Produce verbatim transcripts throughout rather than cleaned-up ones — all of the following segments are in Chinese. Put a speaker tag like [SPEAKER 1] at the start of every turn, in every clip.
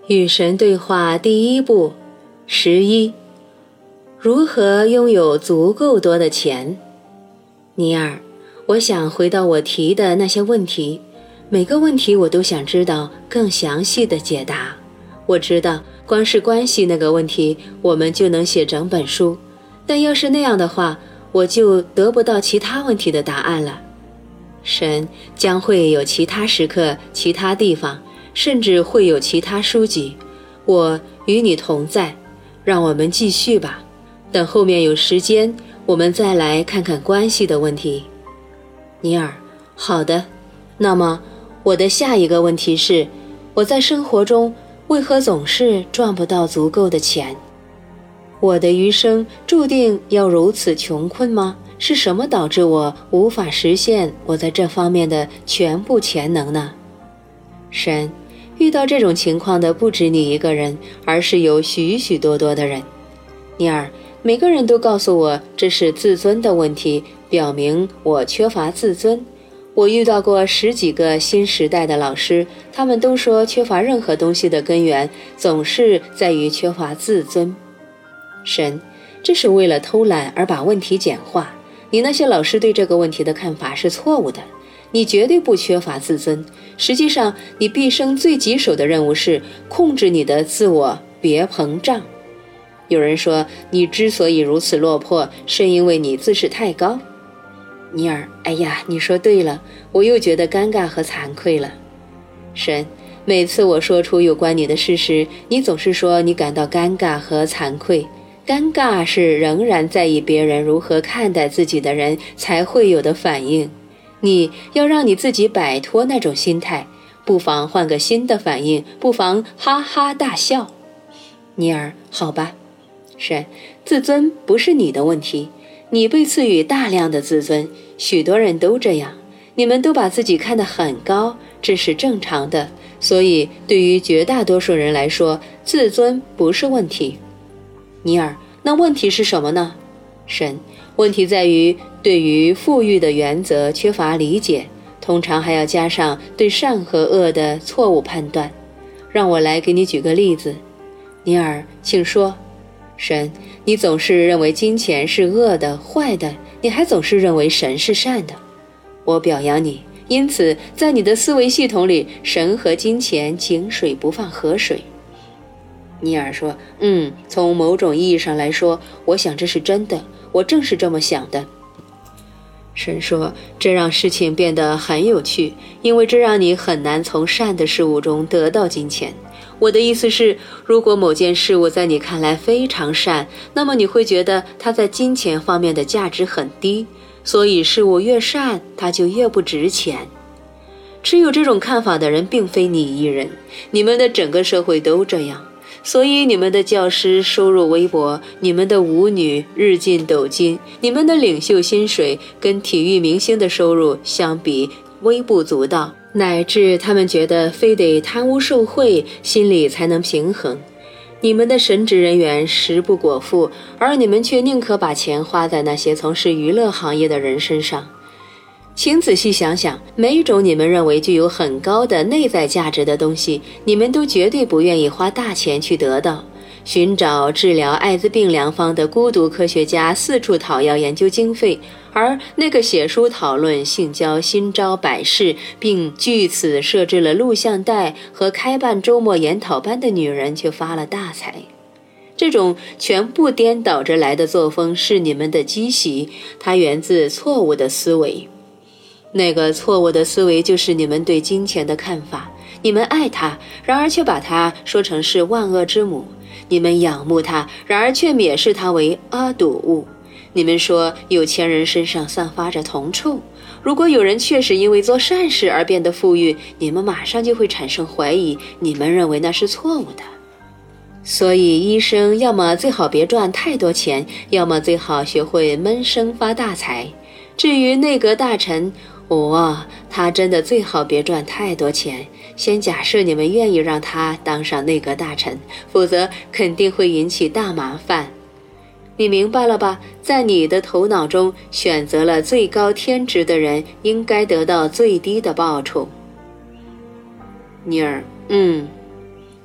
[SPEAKER 1] 与神对话第一步，十一，如何拥有足够多的钱？尼尔，我想回到我提的那些问题，每个问题我都想知道更详细的解答。我知道光是关系那个问题，我们就能写整本书，但要是那样的话，我就得不到其他问题的答案了。神将会有其他时刻、其他地方，甚至会有其他书籍。我与你同在，让我们继续吧。等后面有时间，我们再来看看关系的问题。尼尔，好的。那么我的下一个问题是，我在生活中为何总是赚不到足够的钱？我的余生注定要如此穷困吗？是什么导致我无法实现我在这方面的全部潜能呢？神，遇到这种情况的不止你一个人，而是有许许多多的人。尼尔，每个人都告诉我这是自尊的问题，表明我缺乏自尊。我遇到过十几个新时代的老师，他们都说缺乏任何东西的根源总是在于缺乏自尊。神，这是为了偷懒而把问题简化。你那些老师对这个问题的看法是错误的，你绝对不缺乏自尊。实际上，你毕生最棘手的任务是控制你的自我，别膨胀。有人说，你之所以如此落魄，是因为你自视太高。尼尔，哎呀，你说对了，我又觉得尴尬和惭愧了。神，每次我说出有关你的事实，你总是说你感到尴尬和惭愧。尴尬是仍然在意别人如何看待自己的人才会有的反应。你要让你自己摆脱那种心态，不妨换个新的反应，不妨哈哈大笑。尼尔，好吧。神，自尊不是你的问题，你被赐予大量的自尊，许多人都这样，你们都把自己看得很高，这是正常的，所以对于绝大多数人来说，自尊不是问题。尼尔，那问题是什么呢？神，问题在于对于富裕的原则缺乏理解，通常还要加上对善和恶的错误判断。让我来给你举个例子。尼尔，请说。神，你总是认为金钱是恶的、坏的，你还总是认为神是善的。我表扬你，因此在你的思维系统里，神和金钱井水不犯河水。尼尔说，嗯，从某种意义上来说，我想这是真的，我正是这么想的。神说，这让事情变得很有趣，因为这让你很难从善的事物中得到金钱。我的意思是，如果某件事物在你看来非常善，那么你会觉得它在金钱方面的价值很低，所以事物越善，它就越不值钱。持有这种看法的人并非你一人，你们的整个社会都这样。所以你们的教师收入微薄，你们的舞女日进斗金，你们的领袖薪水跟体育明星的收入相比微不足道，乃至他们觉得非得贪污受贿，心里才能平衡。你们的神职人员食不果腹，而你们却宁可把钱花在那些从事娱乐行业的人身上。请仔细想想，每一种你们认为具有很高的内在价值的东西，你们都绝对不愿意花大钱去得到。寻找治疗艾滋病良方的孤独科学家四处讨要研究经费，而那个写书讨论性交新招百式，并据此设置了录像带和开办周末研讨班的女人却发了大财。这种全部颠倒着来的作风是你们的积习，它源自错误的思维。那个错误的思维就是你们对金钱的看法，你们爱它，然而却把它说成是万恶之母；你们仰慕它，然而却蔑视它为阿堵物。你们说有钱人身上散发着铜臭，如果有人确实因为做善事而变得富裕，你们马上就会产生怀疑，你们认为那是错误的。所以医生要么最好别赚太多钱，要么最好学会闷声发大财。至于内阁大臣，哦，他真的最好别赚太多钱，先假设你们愿意让他当上内阁大臣，否则肯定会引起大麻烦。你明白了吧？在你的头脑中，选择了最高天职的人应该得到最低的报酬。尼尔，嗯，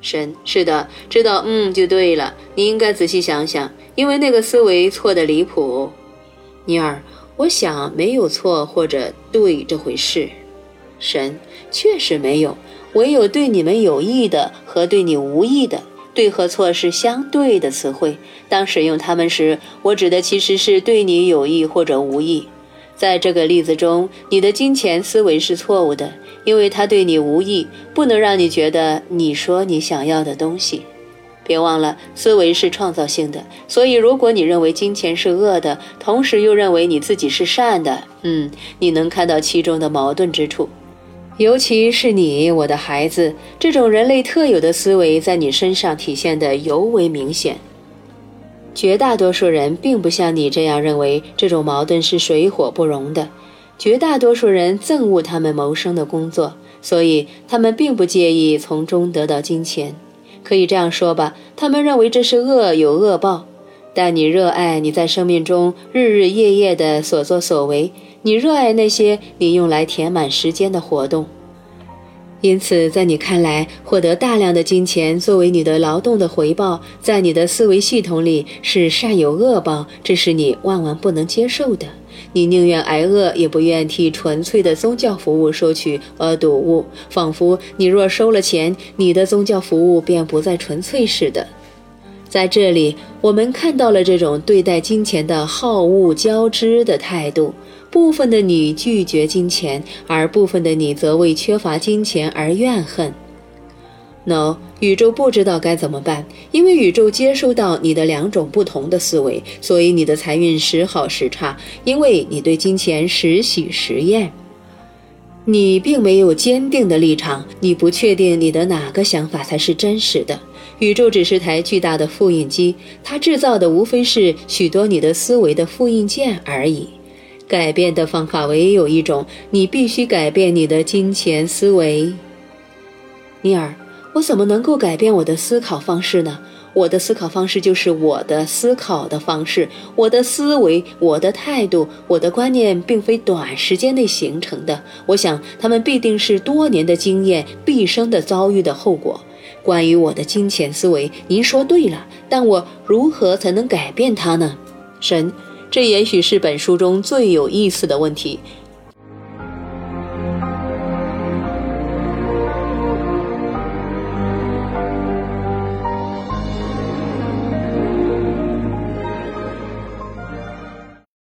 [SPEAKER 1] 神，是的，知道嗯就对了，你应该仔细想想，因为那个思维错得离谱。尼尔，我想没有错或者对这回事。神，确实没有，唯有对你们有益的和对你无益的，对和错是相对的词汇，当使用它们时，我指的其实是对你有益或者无益。在这个例子中，你的金钱思维是错误的，因为它对你无益，不能让你觉得你说你想要的东西。别忘了，思维是创造性的，所以如果你认为金钱是恶的，同时又认为你自己是善的，嗯，你能看到其中的矛盾之处。尤其是你，我的孩子，这种人类特有的思维在你身上体现得尤为明显。绝大多数人并不像你这样认为这种矛盾是水火不容的。绝大多数人憎恶他们谋生的工作，所以他们并不介意从中得到金钱。可以这样说吧，他们认为这是恶有恶报。但你热爱你在生命中日日夜夜的所作所为，你热爱那些你用来填满时间的活动。因此，在你看来，获得大量的金钱作为你的劳动的回报，在你的思维系统里是善有恶报，这是你万万不能接受的。你宁愿挨饿，也不愿替纯粹的宗教服务收取额睹物，仿佛你若收了钱，你的宗教服务便不再纯粹似的。在这里，我们看到了这种对待金钱的好恶交织的态度。部分的你拒绝金钱，而部分的你则为缺乏金钱而怨恨。No， 宇宙不知道该怎么办，因为宇宙接收到你的两种不同的思维，所以你的财运时好时差，因为你对金钱时喜时厌。你并没有坚定的立场，你不确定你的哪个想法才是真实的。宇宙只是台巨大的复印机，它制造的无非是许多你的思维的复印件而已。改变的方法唯有一种，你必须改变你的金钱思维。尼尔，我怎么能够改变我的思考方式呢？我的思考方式就是我的思考的方式，我的思维，我的态度，我的观念并非短时间内形成的，我想他们必定是多年的经验，毕生的遭遇的后果。关于我的金钱思维，您说对了，但我如何才能改变它呢？神，这也许是本书中最有意思的问题。